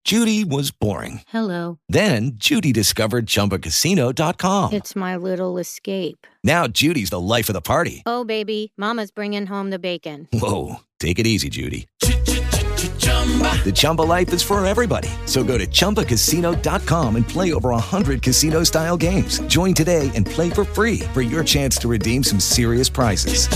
Judy was boring. Hello. Then Judy discovered ChumbaCasino.com. It's my little escape. Now Judy's the life of the party. Oh, baby, mama's bringing home the bacon. Whoa, take it easy, Judy. The Chumba life is for everybody. So go to ChumbaCasino.com and play over 100 casino-style games. Join today and play for free for your chance to redeem some serious prizes.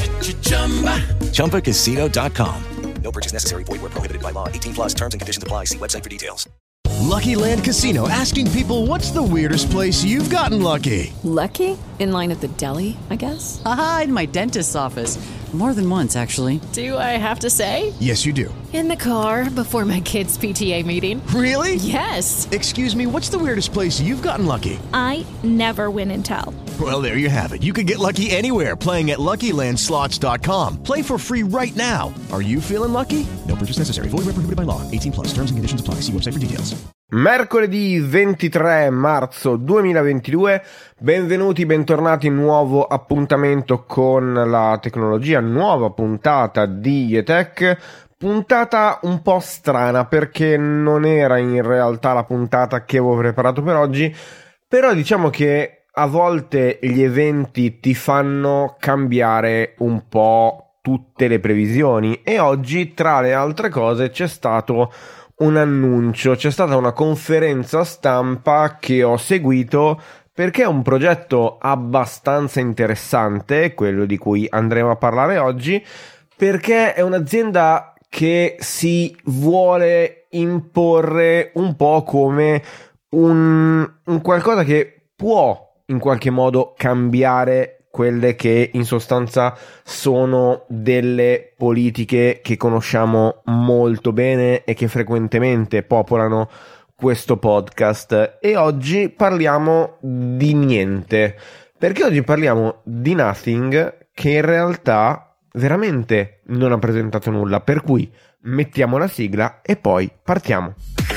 ChumbaCasino.com. No purchase necessary. Void where prohibited by law. 18 plus terms and conditions apply. See website for details. Lucky Land Casino, asking people, what's the weirdest place you've gotten lucky? Lucky? In line at the deli, I guess? Aha, in my dentist's office. More than once, actually. Do I have to say? Yes, you do. In the car before my kids' PTA meeting. Really? Yes. Excuse me, what's the weirdest place you've gotten lucky? I never win and tell. Well, there you have it. You can get lucky anywhere, playing at LuckyLandSlots.com. Play for free right now. Are you feeling lucky? No purchase necessary. Void where prohibited by law. 18 plus. Terms and conditions apply. See website for details. Mercoledì 23 marzo 2022, benvenuti, bentornati in nuovo appuntamento con la tecnologia, nuova puntata di YeTech, puntata un po' strana perché non era in realtà la puntata che avevo preparato per oggi, però diciamo che a volte gli eventi ti fanno cambiare un po' tutte le previsioni e oggi tra le altre cose c'è stato un annuncio, c'è stata una conferenza stampa che ho seguito perché è un progetto abbastanza interessante, quello di cui andremo a parlare oggi, perché è un'azienda che si vuole imporre un po' come un qualcosa che può in qualche modo cambiare quelle che in sostanza sono delle politiche che conosciamo molto bene e che frequentemente popolano questo podcast. E oggi parliamo di niente, perché oggi parliamo di Nothing, che in realtà veramente non ha presentato nulla, per cui mettiamo la sigla e poi partiamo.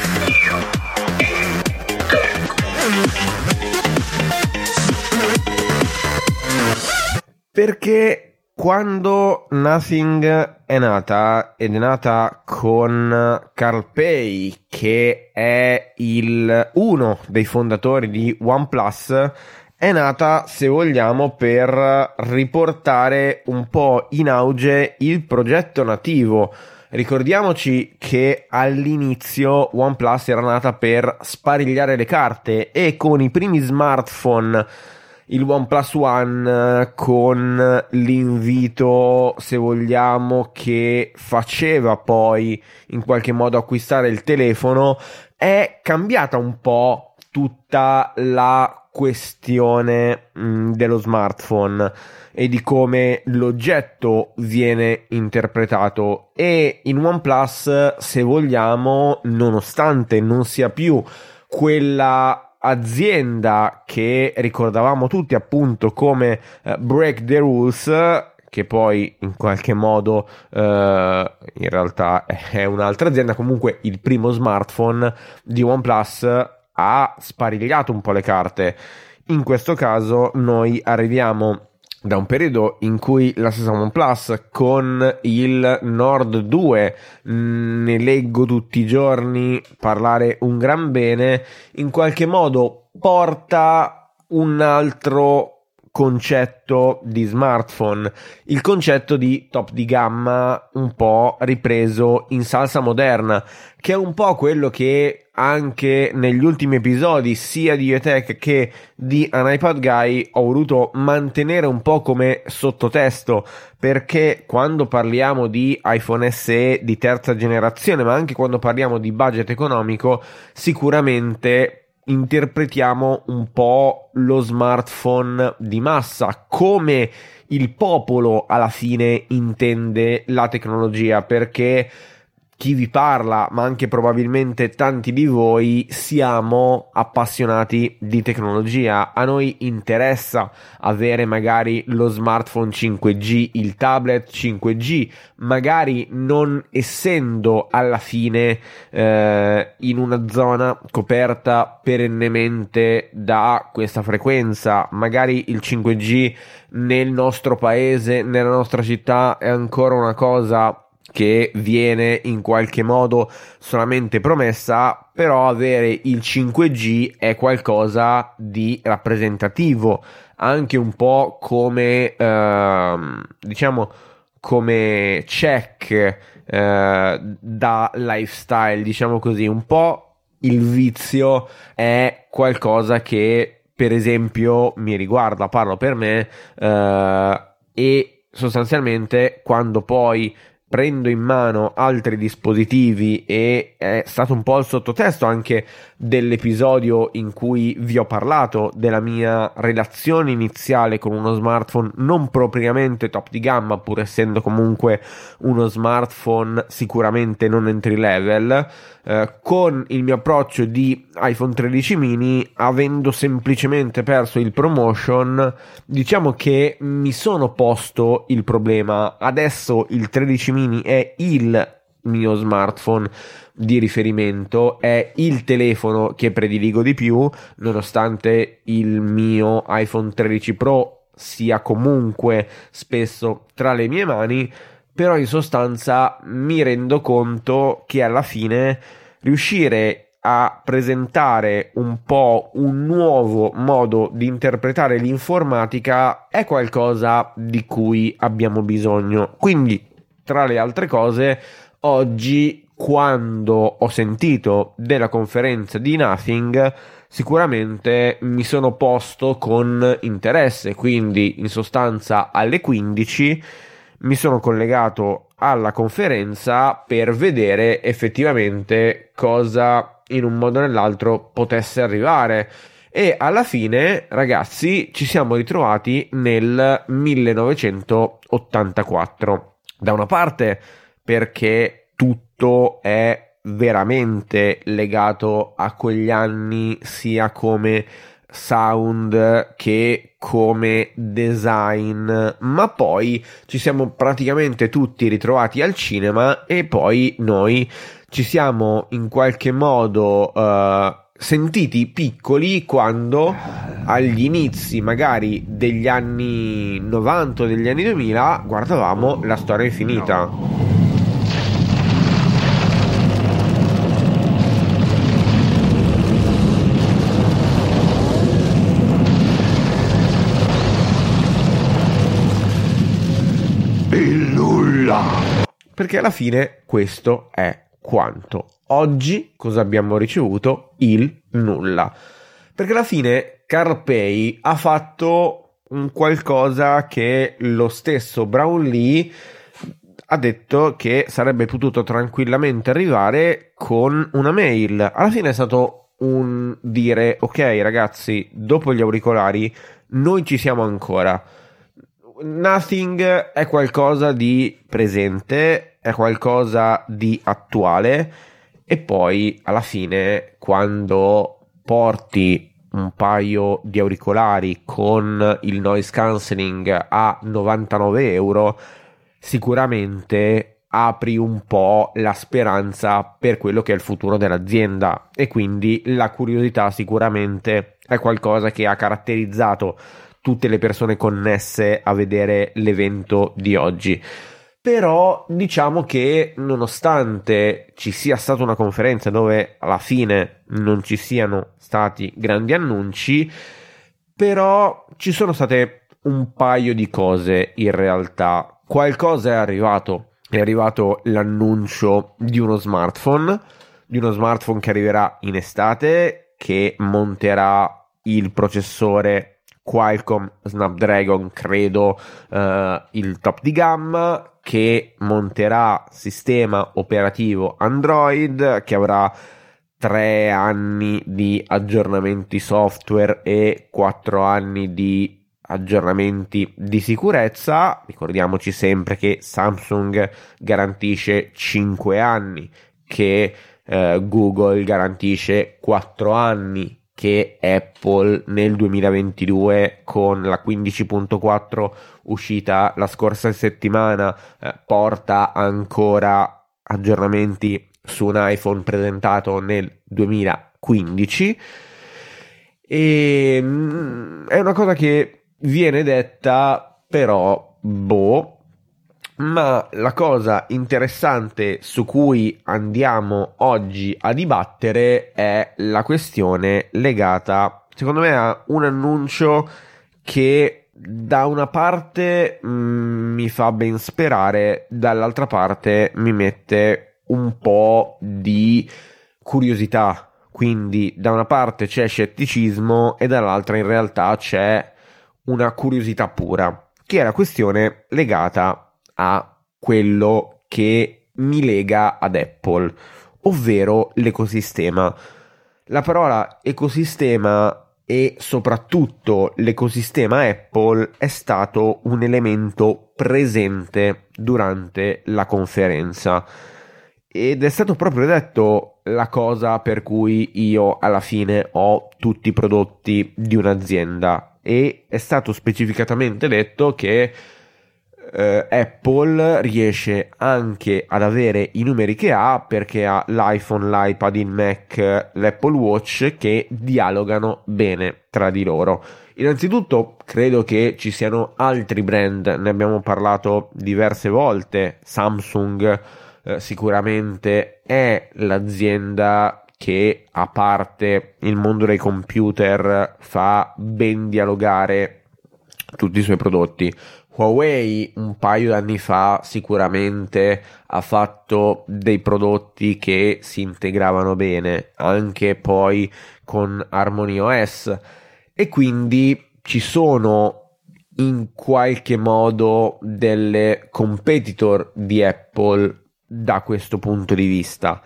Perché quando Nothing è nata, ed è nata con Carl Pei, che è uno dei fondatori di OnePlus, è nata, se vogliamo, per riportare un po' in auge il progetto nativo. Ricordiamoci che all'inizio OnePlus era nata per sparigliare le carte e con i primi smartphone, il OnePlus One, con l'invito, se vogliamo, che faceva poi in qualche modo acquistare il telefono, è cambiata un po' tutta la questione dello smartphone e di come l'oggetto viene interpretato. E in OnePlus, se vogliamo, nonostante non sia più quella azienda che ricordavamo tutti appunto come Break the Rules, che poi in qualche modo in realtà è un'altra azienda, comunque il primo smartphone di OnePlus ha sparigliato un po' le carte. In questo caso noi arriviamo da un periodo in cui la stessa OnePlus con il Nord 2, ne leggo tutti i giorni parlare un gran bene, in qualche modo porta un altro concetto di smartphone, il concetto di top di gamma un po' ripreso in salsa moderna, che è un po' quello che anche negli ultimi episodi sia di YeTech che di An iPod Guy ho voluto mantenere un po' come sottotesto, perché quando parliamo di iPhone SE di terza generazione, ma anche quando parliamo di budget economico, sicuramente interpretiamo un po' lo smartphone di massa, come il popolo alla fine intende la tecnologia, perché chi vi parla, ma anche probabilmente tanti di voi, siamo appassionati di tecnologia. A noi interessa avere magari lo smartphone 5G, il tablet 5G, magari non essendo alla fine in una zona coperta perennemente da questa frequenza. Magari il 5G nel nostro paese, nella nostra città, è ancora una cosa che viene in qualche modo solamente promessa, però avere il 5G è qualcosa di rappresentativo, anche un po' come diciamo come check da lifestyle, diciamo così. Un po' il vizio è qualcosa che per esempio mi riguarda, parlo per me, e sostanzialmente quando poi prendo in mano altri dispositivi, e è stato un po' il sottotesto anche dell'episodio in cui vi ho parlato della mia relazione iniziale con uno smartphone non propriamente top di gamma, pur essendo comunque uno smartphone sicuramente non entry level, con il mio approccio di iPhone 13 mini, avendo semplicemente perso il promotion, diciamo che mi sono posto il problema. Adesso il 13 mini è il mio smartphone di riferimento, è il telefono che prediligo di più, nonostante il mio iPhone 13 Pro sia comunque spesso tra le mie mani. Però in sostanza mi rendo conto che alla fine riuscire a presentare un po' un nuovo modo di interpretare l'informatica è qualcosa di cui abbiamo bisogno. Quindi, tra le altre cose, oggi, quando ho sentito della conferenza di Nothing, sicuramente mi sono posto con interesse. Quindi, in sostanza, alle 15 mi sono collegato alla conferenza per vedere effettivamente cosa in un modo o nell'altro potesse arrivare, e alla fine, ragazzi, ci siamo ritrovati nel 1984. Da una parte perché tutto è veramente legato a quegli anni, sia come sound che come design, ma poi ci siamo praticamente tutti ritrovati al cinema, e poi noi ci siamo in qualche modo sentiti piccoli quando agli inizi magari degli anni 90 o degli anni 2000 guardavamo La Storia Infinita. Il nulla. Perché alla fine questo è quanto. Oggi cosa abbiamo ricevuto? Il nulla. Perché alla fine CarPlay ha fatto un qualcosa che lo stesso Brownlee ha detto che sarebbe potuto tranquillamente arrivare con una mail. Alla fine è stato un dire: ok ragazzi, dopo gli auricolari noi ci siamo ancora. Nothing è qualcosa di presente, è qualcosa di attuale, e poi alla fine quando porti un paio di auricolari con il noise cancelling a 99 euro sicuramente apri un po' la speranza per quello che è il futuro dell'azienda, e quindi la curiosità sicuramente è qualcosa che ha caratterizzato tutte le persone connesse a vedere l'evento di oggi. Però diciamo che nonostante ci sia stata una conferenza dove alla fine non ci siano stati grandi annunci, però ci sono state un paio di cose in realtà. Qualcosa è arrivato l'annuncio di uno smartphone che arriverà in estate, che monterà il processore Qualcomm Snapdragon, credo il top di gamma, che monterà sistema operativo Android, che avrà 3 anni di aggiornamenti software e 4 anni di aggiornamenti di sicurezza. Ricordiamoci sempre che Samsung garantisce 5 anni, che Google garantisce 4 anni, che Apple nel 2022 con la 15.4 uscita la scorsa settimana porta ancora aggiornamenti su un iPhone presentato nel 2015. E è una cosa che viene detta, però Ma la cosa interessante su cui andiamo oggi a dibattere è la questione legata, secondo me, a un annuncio che da una parte mi fa ben sperare, dall'altra parte mi mette un po' di curiosità. Quindi da una parte c'è scetticismo e dall'altra in realtà c'è una curiosità pura, che è la questione legata a quello che mi lega ad Apple, ovvero l'ecosistema. La parola ecosistema e soprattutto l'ecosistema Apple è stato un elemento presente durante la conferenza ed è stato proprio detto la cosa per cui io alla fine ho tutti i prodotti di un'azienda, e è stato specificatamente detto che Apple riesce anche ad avere i numeri che ha perché ha l'iPhone, l'iPad, il Mac, l'Apple Watch che dialogano bene tra di loro. Innanzitutto credo che ci siano altri brand, ne abbiamo parlato diverse volte. Samsung sicuramente è l'azienda che, a parte il mondo dei computer, fa ben dialogare tutti i suoi prodotti. Huawei un paio d'anni fa sicuramente ha fatto dei prodotti che si integravano bene anche poi con HarmonyOS, e quindi ci sono in qualche modo delle competitor di Apple da questo punto di vista.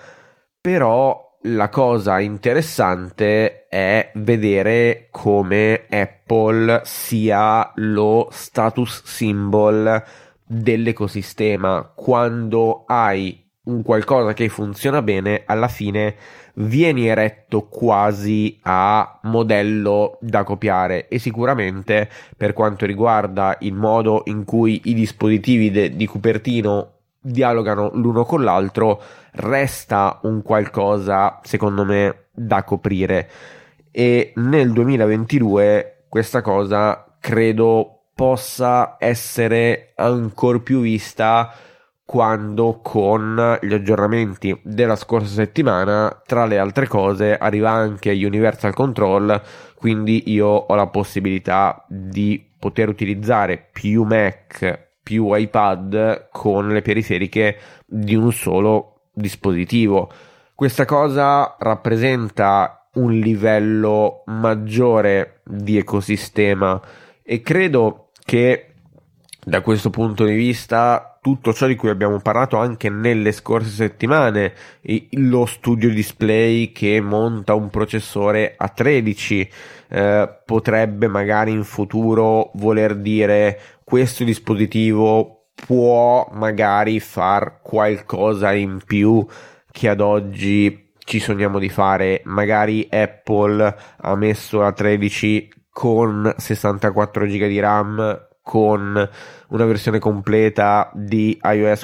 Però la cosa interessante è vedere come Apple sia lo status symbol dell'ecosistema. Quando hai un qualcosa che funziona bene, alla fine vieni eretto quasi a modello da copiare, e sicuramente per quanto riguarda il modo in cui i dispositivi di Cupertino dialogano l'uno con l'altro, resta un qualcosa secondo me da coprire, e nel 2022 questa cosa credo possa essere ancor più vista quando con gli aggiornamenti della scorsa settimana, tra le altre cose, arriva anche Universal Control, quindi io ho la possibilità di poter utilizzare più Mac più iPad con le periferiche di un solo dispositivo. Questa cosa rappresenta un livello maggiore di ecosistema, e credo che da questo punto di vista tutto ciò di cui abbiamo parlato anche nelle scorse settimane, lo studio display che monta un processore A13, potrebbe magari in futuro voler dire questo dispositivo può magari far qualcosa in più che ad oggi ci sogniamo di fare. Magari Apple ha messo la 13 con 64 GB di RAM, con una versione completa di iOS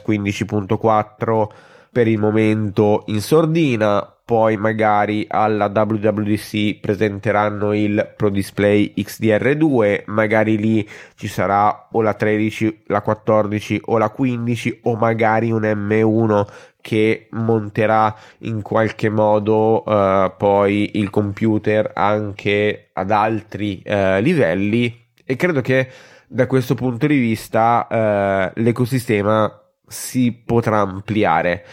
15.4 per il momento in sordina. Poi magari alla WWDC presenteranno il Pro Display XDR2, magari lì ci sarà o la 13, la 14 o la 15, o magari un M1 che monterà in qualche modo poi il computer anche ad altri livelli, e credo che da questo punto di vista l'ecosistema si potrà ampliare.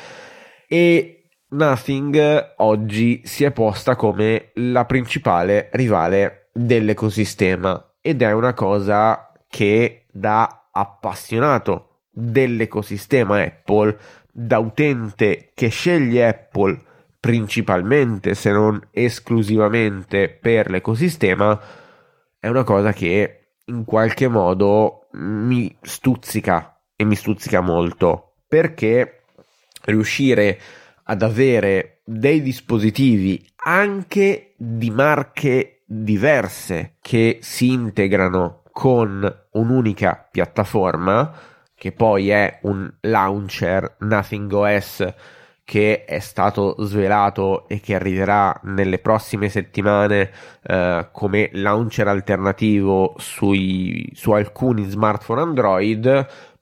E Nothing oggi si è posta come la principale rivale dell'ecosistema, ed è una cosa che, da appassionato dell'ecosistema Apple, da utente che sceglie Apple principalmente se non esclusivamente per l'ecosistema, è una cosa che in qualche modo mi stuzzica, e mi stuzzica molto, perché riuscire ad avere dei dispositivi anche di marche diverse che si integrano con un'unica piattaforma, che poi è un launcher Nothing OS che è stato svelato e che arriverà nelle prossime settimane come launcher alternativo su alcuni smartphone Android,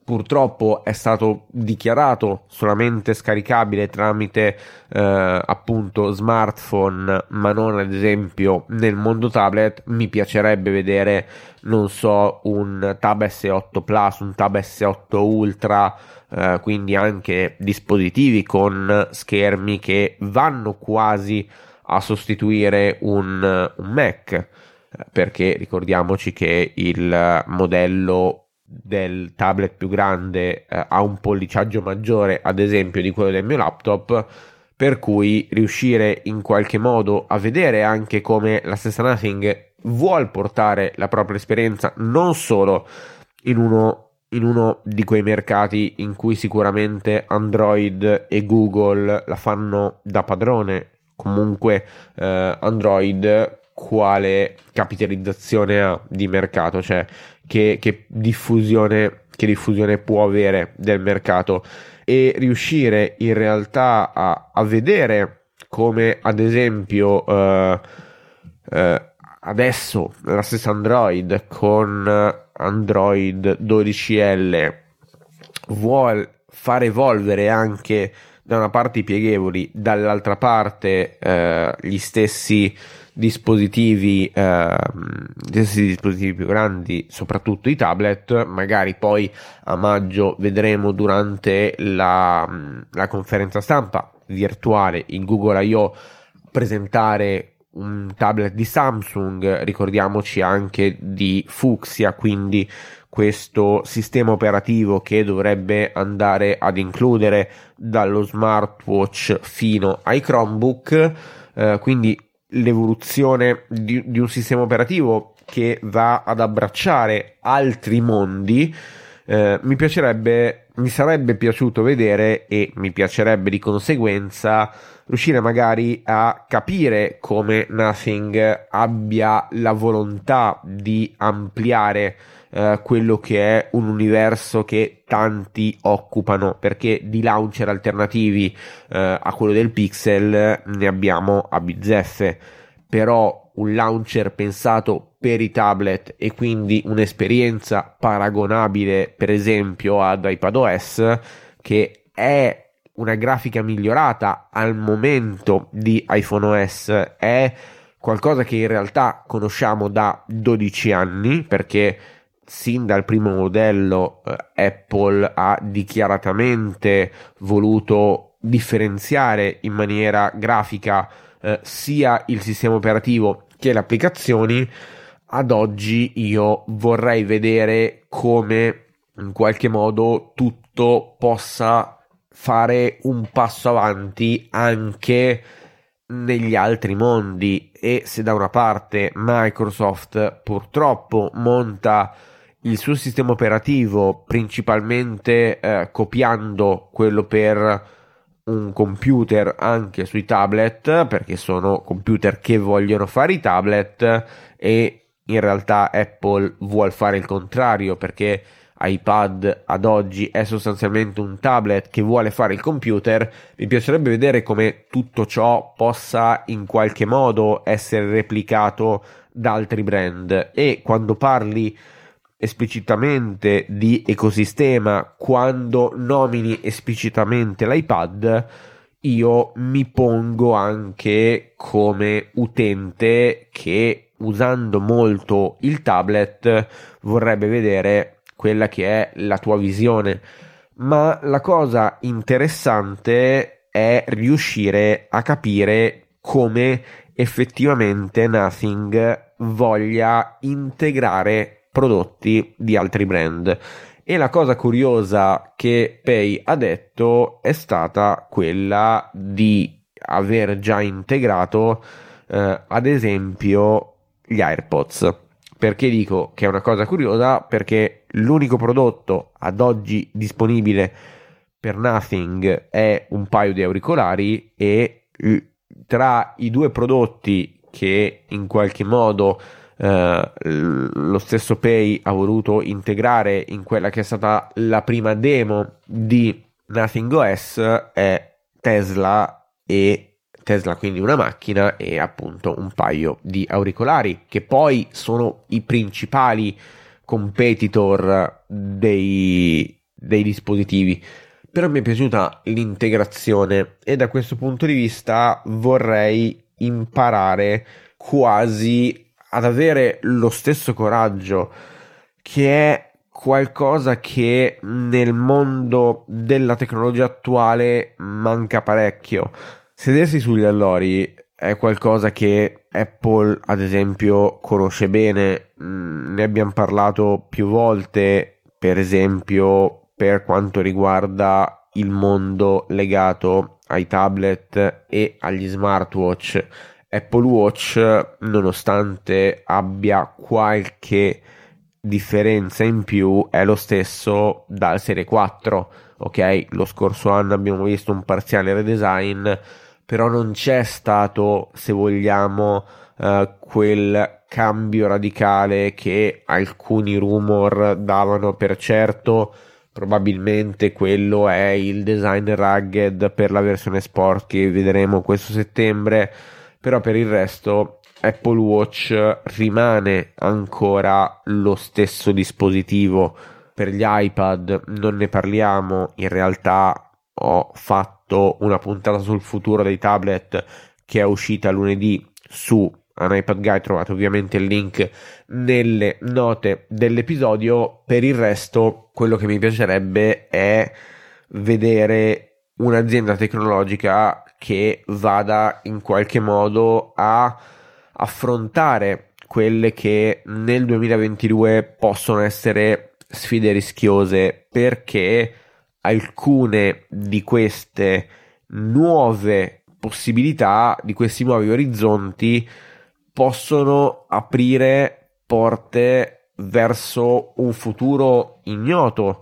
purtroppo è stato dichiarato solamente scaricabile tramite appunto smartphone, ma non ad esempio nel mondo tablet. Mi piacerebbe vedere, non so, un Tab S8 Plus, un Tab S8 Ultra, quindi anche dispositivi con schermi che vanno quasi a sostituire un Mac, perché ricordiamoci che il modello del tablet più grande ha un polliciaggio maggiore, ad esempio, di quello del mio laptop, per cui riuscire in qualche modo a vedere anche come la stessa Nothing vuol portare la propria esperienza non solo in uno di quei mercati in cui sicuramente Android e Google la fanno da padrone. Comunque Android quale capitalizzazione ha di mercato, cioè che diffusione può avere del mercato, e riuscire in realtà a vedere come ad esempio adesso la stessa Android con Android 12L vuol far evolvere anche da una parte i pieghevoli, dall'altra parte gli stessi dispositivi più grandi, soprattutto i tablet. Magari poi a maggio vedremo durante la conferenza stampa virtuale in Google I.O. presentare un tablet di Samsung, ricordiamoci anche di Fuchsia, quindi questo sistema operativo che dovrebbe andare ad includere dallo smartwatch fino ai Chromebook, quindi l'evoluzione di un sistema operativo che va ad abbracciare altri mondi. Mi sarebbe piaciuto vedere, e mi piacerebbe di conseguenza riuscire magari a capire come Nothing abbia la volontà di ampliare quello che è un universo che tanti occupano, perché di launcher alternativi a quello del Pixel ne abbiamo a bizzeffe, però un launcher pensato per i tablet e quindi un'esperienza paragonabile per esempio ad iPadOS, che è una grafica migliorata al momento di iPhoneOS, è qualcosa che in realtà conosciamo da 12 anni, perché sin dal primo modello Apple ha dichiaratamente voluto differenziare in maniera grafica sia il sistema operativo che le applicazioni. Ad oggi io vorrei vedere come in qualche modo tutto possa fare un passo avanti anche negli altri mondi, e se da una parte Microsoft purtroppo monta il suo sistema operativo principalmente copiando quello per un computer anche sui tablet, perché sono computer che vogliono fare i tablet, e in realtà Apple vuol fare il contrario, perché iPad ad oggi è sostanzialmente un tablet che vuole fare il computer. Mi piacerebbe vedere come tutto ciò possa in qualche modo essere replicato da altri brand. E quando parli esplicitamente di ecosistema, quando nomini esplicitamente l'iPad, io mi pongo anche come utente che, usando molto il tablet, vorrebbe vedere quella che è la tua visione. Ma la cosa interessante è riuscire a capire come effettivamente Nothing voglia integrare prodotti di altri brand. E la cosa curiosa che Pei ha detto è stata quella di aver già integrato ad esempio gli AirPods. Perché dico che è una cosa curiosa? Perché l'unico prodotto ad oggi disponibile per Nothing è un paio di auricolari, e tra i due prodotti che in qualche modo lo stesso Pei ha voluto integrare in quella che è stata la prima demo di Nothing OS è Tesla, quindi una macchina, e appunto un paio di auricolari, che poi sono i principali competitor dei dei dispositivi, però mi è piaciuta l'integrazione e da questo punto di vista vorrei imparare quasi ad avere lo stesso coraggio, che è qualcosa che nel mondo della tecnologia attuale manca parecchio. Sedersi sugli allori è qualcosa che Apple, ad esempio, conosce bene. Ne abbiamo parlato più volte, per esempio, per quanto riguarda il mondo legato ai tablet e agli smartwatch. Apple Watch, nonostante abbia qualche differenza in più, è lo stesso dal Serie 4. Ok, lo scorso anno abbiamo visto un parziale redesign, però non c'è stato, se vogliamo, quel cambio radicale che alcuni rumor davano per certo. Probabilmente quello è il design rugged per la versione sport che vedremo questo settembre, però per il resto Apple Watch rimane ancora lo stesso dispositivo. Per gli iPad non ne parliamo, in realtà ho fatto una puntata sul futuro dei tablet che è uscita lunedì su un iPad Guy, trovate ovviamente il link nelle note dell'episodio. Per il resto quello che mi piacerebbe è vedere un'azienda tecnologica che vada in qualche modo a affrontare quelle che nel 2022 possono essere sfide rischiose, perché alcune di queste nuove possibilità, di questi nuovi orizzonti, possono aprire porte verso un futuro ignoto.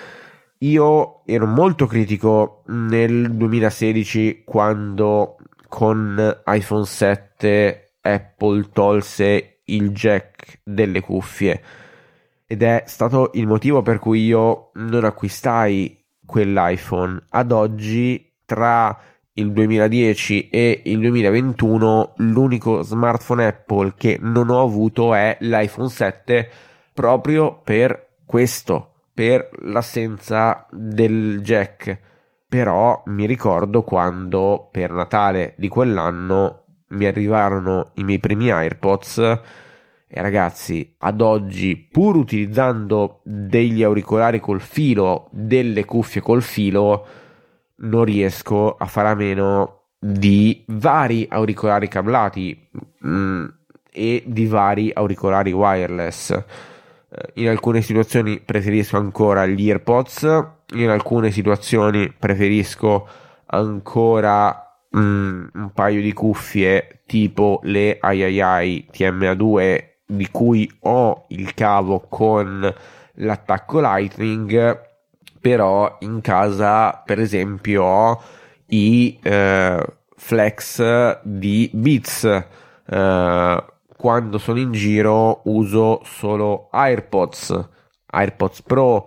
Io ero molto critico nel 2016 quando con iPhone 7 Apple tolse il jack delle cuffie, ed è stato il motivo per cui io non acquistai quell'iPhone. Ad oggi, tra il 2010 e il 2021, l'unico smartphone Apple che non ho avuto è l'iPhone 7, proprio per questo, per l'assenza del jack. Però mi ricordo quando per Natale di quell'anno mi arrivarono i miei primi AirPods e ragazzi, ad oggi, pur utilizzando degli auricolari col filo, delle cuffie col filo, non riesco a fare a meno di vari auricolari cablati e di vari auricolari wireless. In alcune situazioni preferisco ancora gli AirPods, in alcune situazioni preferisco ancora un paio di cuffie tipo le III TMA2, di cui ho il cavo con l'attacco Lightning. Però in casa, per esempio, ho i Flex di Beats. Quando sono in giro uso solo AirPods Pro.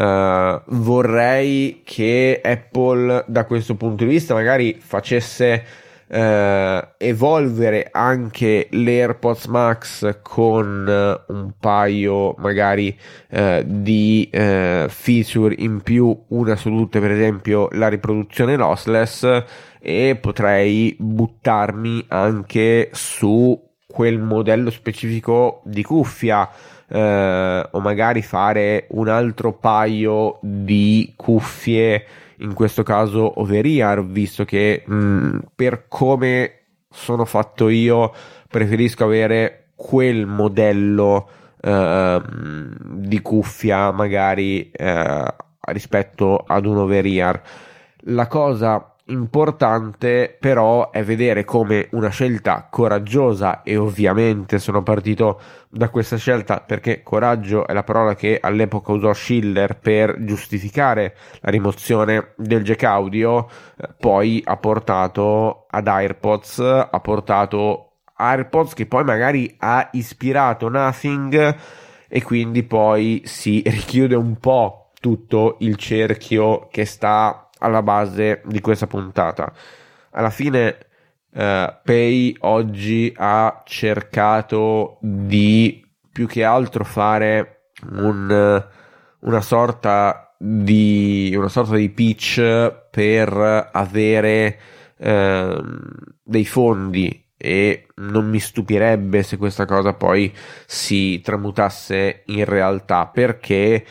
Vorrei che Apple da questo punto di vista magari facesse evolvere anche le AirPods Max con un paio magari di feature in più, una su tutte per esempio la riproduzione lossless, e potrei buttarmi anche su quel modello specifico di cuffia, o magari fare un altro paio di cuffie, in questo caso over-ear, visto che per come sono fatto io preferisco avere quel modello di cuffia magari rispetto ad un over-ear. La cosa importante però è vedere come una scelta coraggiosa, e ovviamente sono partito da questa scelta perché coraggio è la parola che all'epoca usò Schiller per giustificare la rimozione del jack audio, poi ha portato ad AirPods, ha portato AirPods che poi magari ha ispirato Nothing, e quindi poi si richiude un po' tutto il cerchio che sta alla base di questa puntata. Alla fine Pei oggi ha cercato di più che altro fare una sorta di una sorta di pitch per avere dei fondi, e non mi stupirebbe se questa cosa poi si tramutasse in realtà, perché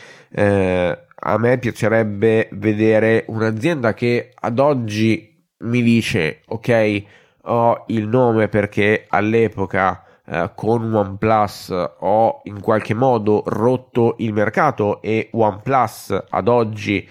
a me piacerebbe vedere un'azienda che ad oggi mi dice ok, ho il nome perché all'epoca con OnePlus ho in qualche modo rotto il mercato, e OnePlus ad oggi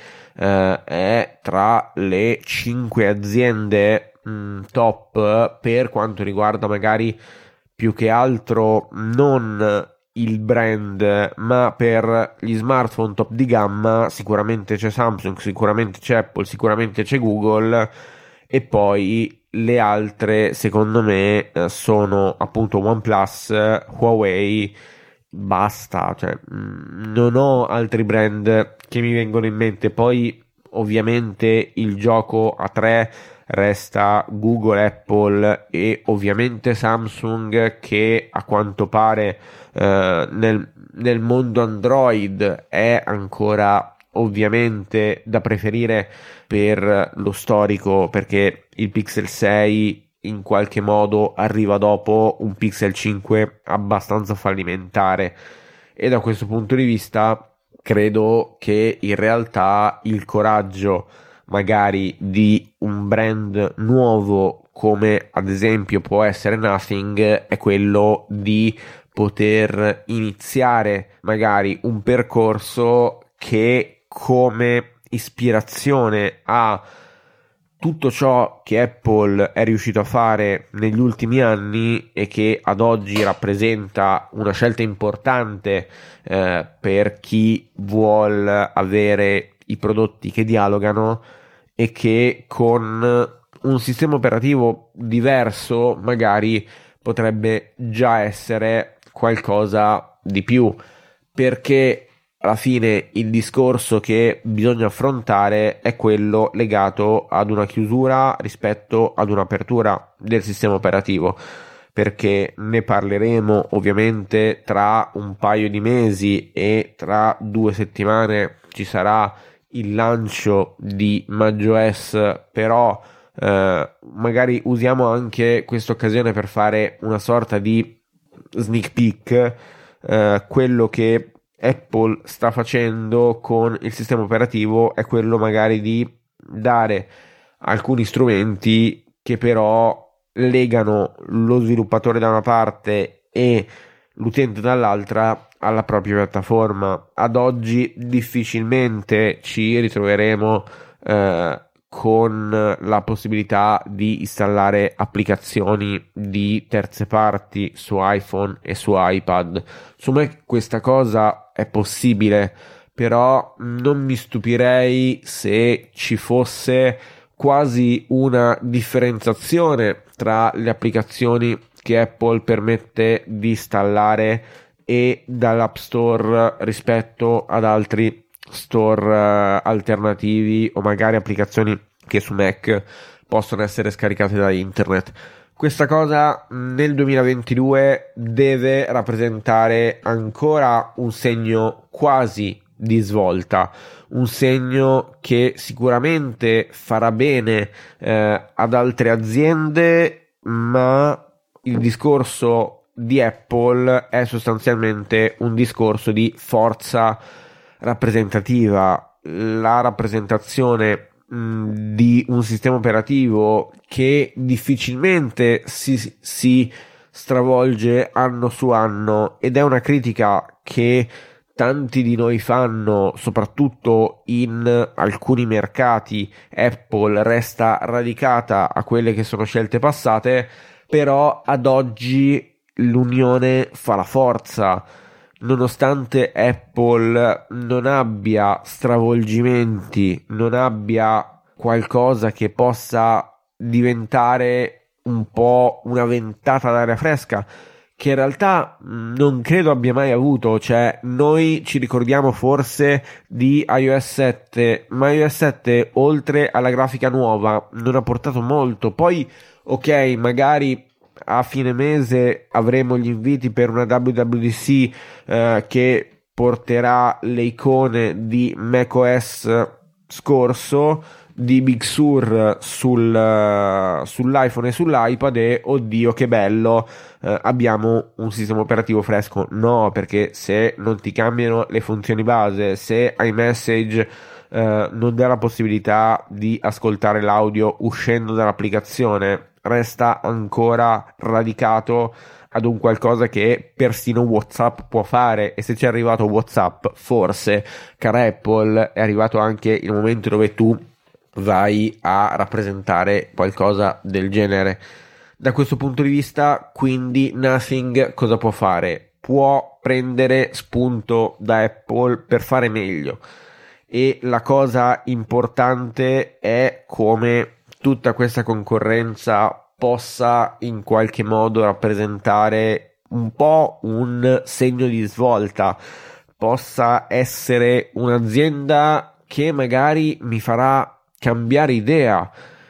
è tra le 5 aziende top per quanto riguarda magari più che altro non il brand, ma per gli smartphone top di gamma. Sicuramente c'è Samsung, sicuramente c'è Apple, sicuramente c'è Google, e poi le altre secondo me sono appunto OnePlus, Huawei, basta, cioè non ho altri brand che mi vengono in mente. Poi ovviamente il gioco a tre resta Google, Apple e ovviamente Samsung, che a quanto pare nel mondo Android è ancora ovviamente da preferire per lo storico, perché il Pixel 6 in qualche modo arriva dopo un Pixel 5 abbastanza fallimentare, e da questo punto di vista credo che in realtà il coraggio magari di un brand nuovo come ad esempio può essere Nothing è quello di poter iniziare magari un percorso che come ispirazione a tutto ciò che Apple è riuscito a fare negli ultimi anni, e che ad oggi rappresenta una scelta importante per chi vuol avere i prodotti che dialogano, e che con un sistema operativo diverso magari potrebbe già essere qualcosa di più, perché alla fine il discorso che bisogna affrontare è quello legato ad una chiusura rispetto ad un'apertura del sistema operativo, perché ne parleremo ovviamente tra un paio di mesi, e tra 2 settimane ci sarà il lancio di macOS, però magari usiamo anche questa occasione per fare una sorta di sneak peek. Quello che Apple sta facendo con il sistema operativo è quello magari di dare alcuni strumenti che però legano lo sviluppatore da una parte e l'utente dall'altra alla propria piattaforma. Ad oggi difficilmente ci ritroveremo con la possibilità di installare applicazioni di terze parti su iPhone e su iPad. Su me questa cosa è possibile, però non mi stupirei se ci fosse quasi una differenziazione tra le applicazioni che Apple permette di installare e dall'App Store rispetto ad altri store alternativi, o magari applicazioni che su Mac possono essere scaricate da internet. Questa cosa nel 2022 deve rappresentare ancora un segno quasi di svolta, un segno che sicuramente farà bene ad altre aziende, ma il discorso di Apple è sostanzialmente un discorso di forza rappresentativa. La rappresentazione di un sistema operativo che difficilmente si stravolge anno su anno, ed è una critica che tanti di noi fanno, soprattutto in alcuni mercati. Apple resta radicata a quelle che sono scelte passate, però ad oggi l'unione fa la forza. Nonostante Apple non abbia stravolgimenti, non abbia qualcosa che possa diventare un po' una ventata d'aria fresca, che in realtà non credo abbia mai avuto. Cioè, noi ci ricordiamo forse di iOS 7, ma iOS 7 oltre alla grafica nuova non ha portato molto. Poi ok, magari a fine mese avremo gli inviti per una WWDC che porterà le icone di macOS scorso, di Big Sur sull'iPhone e sull'iPad, e oddio che bello, abbiamo un sistema operativo fresco. No, perché se non ti cambiano le funzioni base, se iMessage non dà la possibilità di ascoltare l'audio uscendo dall'applicazione, resta ancora radicato ad un qualcosa che persino WhatsApp può fare. E se c'è arrivato WhatsApp, forse, cara Apple, è arrivato anche il momento dove tu vai a rappresentare qualcosa del genere. Da questo punto di vista, quindi, Nothing cosa può fare? Può prendere spunto da Apple per fare meglio, e la cosa importante è come tutta questa concorrenza possa in qualche modo rappresentare un po' un segno di svolta, possa essere un'azienda che magari mi farà cambiare idea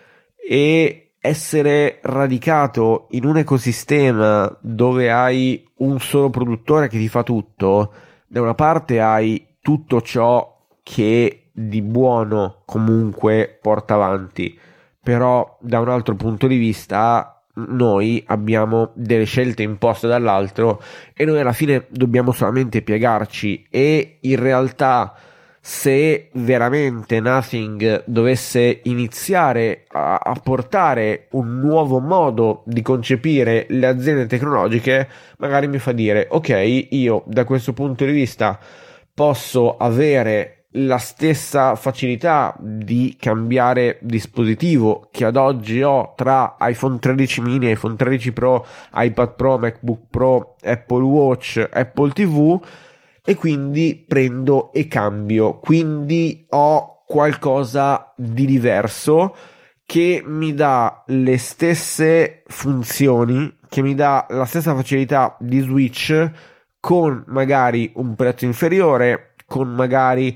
e essere radicato in un ecosistema dove hai un solo produttore che ti fa tutto. Da una parte hai tutto ciò che di buono comunque porta avanti, però da un altro punto di vista noi abbiamo delle scelte imposte dall'altro e noi alla fine dobbiamo solamente piegarci. E in realtà, se veramente Nothing dovesse iniziare a portare un nuovo modo di concepire le aziende tecnologiche, magari mi fa dire: ok, io da questo punto di vista posso avere la stessa facilità di cambiare dispositivo che ad oggi ho tra iPhone 13 mini, iPhone 13 Pro, iPad Pro, MacBook Pro, Apple Watch, Apple TV, e quindi prendo e cambio. Quindi ho qualcosa di diverso che mi dà le stesse funzioni, che mi dà la stessa facilità di switch, con magari un prezzo inferiore, con magari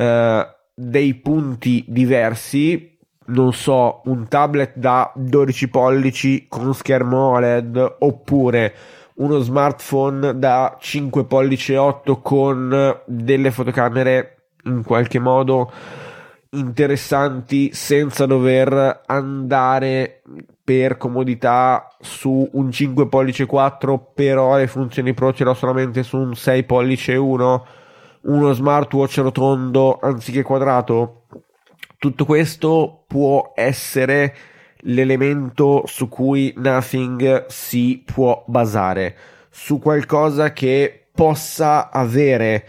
dei punti diversi. Non so, un tablet da 12 pollici con schermo OLED, oppure uno smartphone da 5 pollici e 8 con delle fotocamere in qualche modo interessanti, senza dover andare per comodità su un 5 pollici e 4, però le funzioni pro ce l'ho solamente su un 6 pollici e 1, uno smartwatch rotondo anziché quadrato. Tutto questo può essere l'elemento su cui Nothing si può basare, su qualcosa che possa avere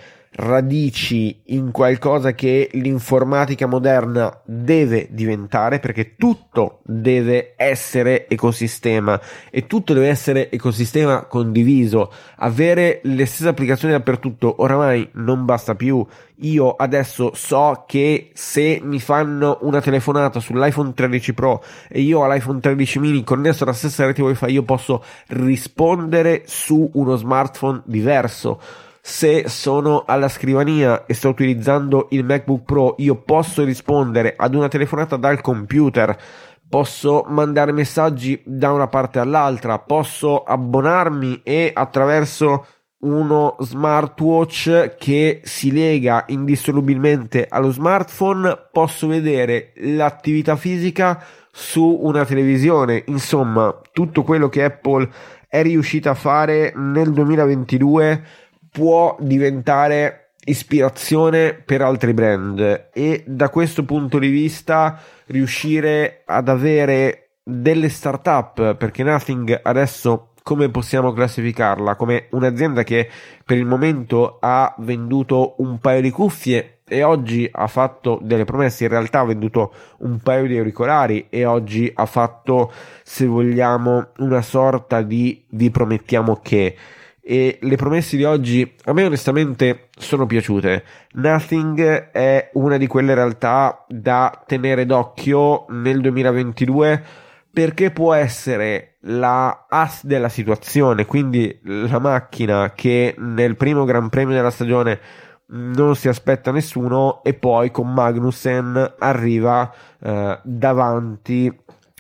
radici in qualcosa che l'informatica moderna deve diventare, perché tutto deve essere ecosistema e tutto deve essere ecosistema condiviso. Avere le stesse applicazioni dappertutto oramai non basta più. Io adesso so che se mi fanno una telefonata sull'iPhone 13 Pro e io ho l'iPhone 13 mini connesso alla stessa rete Wi-Fi, io posso rispondere su uno smartphone diverso. Se sono alla scrivania e sto utilizzando il MacBook Pro, io posso rispondere ad una telefonata dal computer, posso mandare messaggi da una parte all'altra, posso abbonarmi e attraverso uno smartwatch che si lega indissolubilmente allo smartphone posso vedere l'attività fisica su una televisione. Insomma, tutto quello che Apple è riuscita a fare nel 2022 può diventare ispirazione per altri brand, e da questo punto di vista riuscire ad avere delle startup, perché Nothing adesso come possiamo classificarla? Come un'azienda che per il momento ha venduto un paio di cuffie e oggi ha fatto delle promesse. In realtà ha venduto un paio di auricolari e oggi ha fatto, se vogliamo, una sorta di vi promettiamo che. E le promesse di oggi a me onestamente sono piaciute. Nothing è una di quelle realtà da tenere d'occhio nel 2022, perché può essere la as della situazione, quindi la macchina che nel primo Gran Premio della stagione non si aspetta nessuno, e poi con Magnussen arriva davanti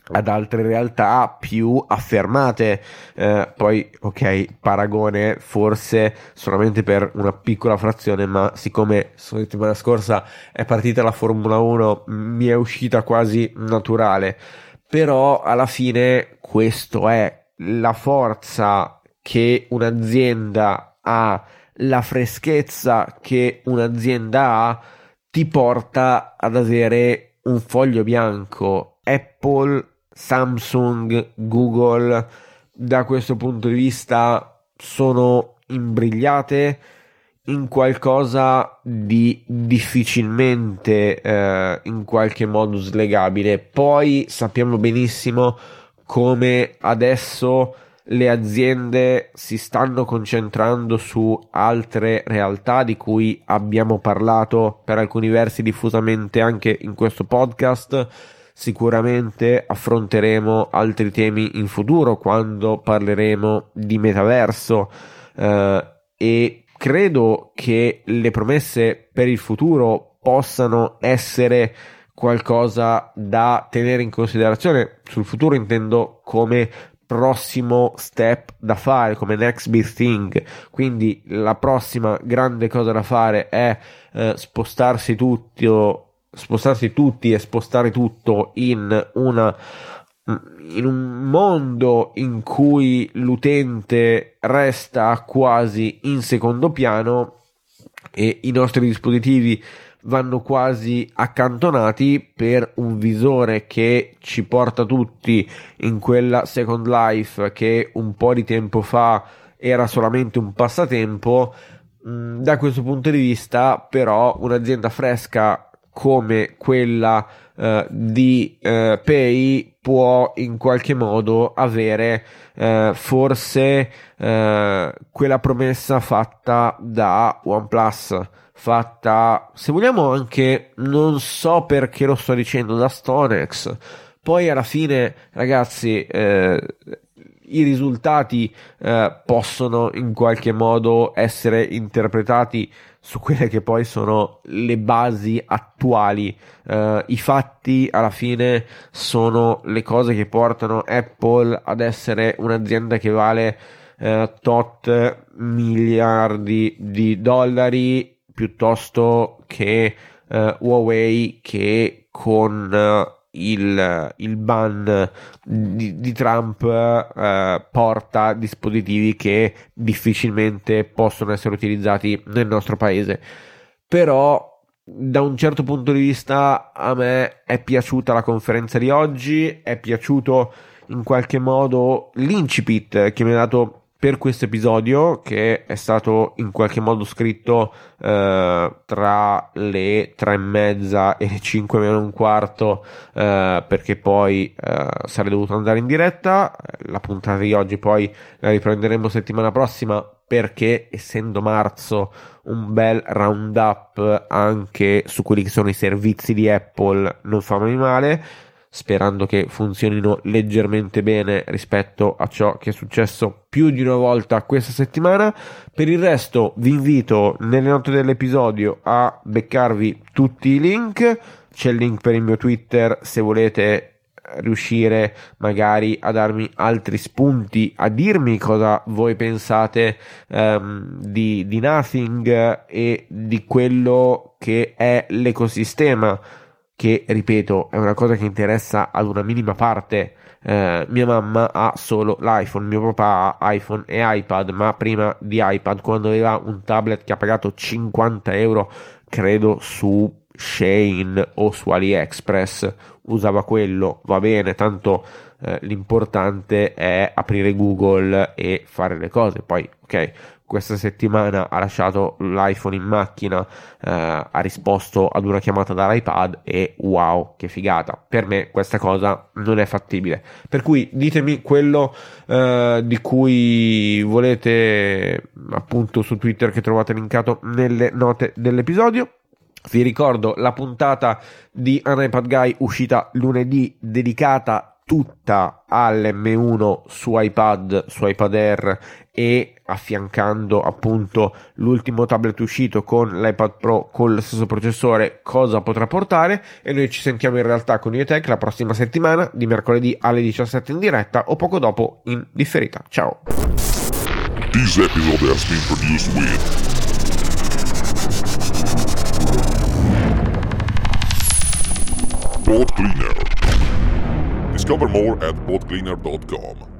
ad altre realtà più affermate. Poi ok, paragone forse solamente per una piccola frazione, ma siccome settimana scorsa è partita la Formula 1 mi è uscita quasi naturale. Però alla fine questo è la forza che un'azienda ha, la freschezza che un'azienda ha, ti porta ad avere un foglio bianco. Apple, Samsung, Google, da questo punto di vista sono imbrigliate in qualcosa di difficilmente in qualche modo slegabile. Poi sappiamo benissimo come adesso le aziende si stanno concentrando su altre realtà di cui abbiamo parlato per alcuni versi diffusamente anche in questo podcast. Sicuramente affronteremo altri temi in futuro quando parleremo di metaverso, e credo che le promesse per il futuro possano essere qualcosa da tenere in considerazione. Sul futuro intendo come prossimo step da fare, come next big thing. Quindi la prossima grande cosa da fare è spostarsi tutti e spostare tutto in un mondo in cui l'utente resta quasi in secondo piano e i nostri dispositivi vanno quasi accantonati per un visore che ci porta tutti in quella Second Life che un po' di tempo fa era solamente un passatempo. Da questo punto di vista, però, un'azienda fresca come quella di Pay può in qualche modo avere forse quella promessa fatta da OnePlus, fatta, se vogliamo, anche, non so perché lo sto dicendo, da StoneX. Poi alla fine, ragazzi, i risultati possono in qualche modo essere interpretati su quelle che poi sono le basi attuali. I fatti alla fine sono le cose che portano Apple ad essere un'azienda che vale tot miliardi di dollari piuttosto che Huawei, che con il ban di Trump porta dispositivi che difficilmente possono essere utilizzati nel nostro paese. Però da un certo punto di vista a me è piaciuta la conferenza di oggi, è piaciuto in qualche modo l'incipit che mi ha dato per questo episodio, che è stato in qualche modo scritto tra le 3:30 e le 5 meno un quarto, perché poi sarei dovuto andare in diretta. La puntata di oggi poi la riprenderemo settimana prossima, perché essendo marzo un bel roundup anche su quelli che sono i servizi di Apple non fa mai male, sperando che funzionino leggermente bene rispetto a ciò che è successo più di una volta questa settimana. Per il resto vi invito nelle note dell'episodio a beccarvi tutti i link. C'è il link per il mio Twitter se volete riuscire magari a darmi altri spunti, a dirmi cosa voi pensate di Nothing e di quello che è l'ecosistema, che ripeto è una cosa che interessa ad una minima parte. Mia mamma ha solo l'iPhone, mio papà ha iPhone e iPad, ma prima di iPad, quando aveva un tablet che ha pagato 50 euro credo su Shein o su AliExpress, usava quello. Va bene, tanto l'importante è aprire Google e fare le cose. Poi ok, questa settimana ha lasciato l'iPhone in macchina, ha risposto ad una chiamata dall'iPad e wow, che figata. Per me questa cosa non è fattibile, per cui ditemi quello di cui volete, appunto su Twitter, che trovate linkato nelle note dell'episodio. Vi ricordo la puntata di An iPad Guy uscita lunedì, dedicata tutta all'M1 su iPad, su iPad Air, e affiancando appunto l'ultimo tablet uscito con l'iPad Pro con lo stesso processore, cosa potrà portare. E noi ci sentiamo in realtà con IoTech la prossima settimana, di mercoledì alle 17 in diretta o poco dopo in differita. Ciao. This episode has been produced with Pod Cleaner. Discover more at podcleaner.com.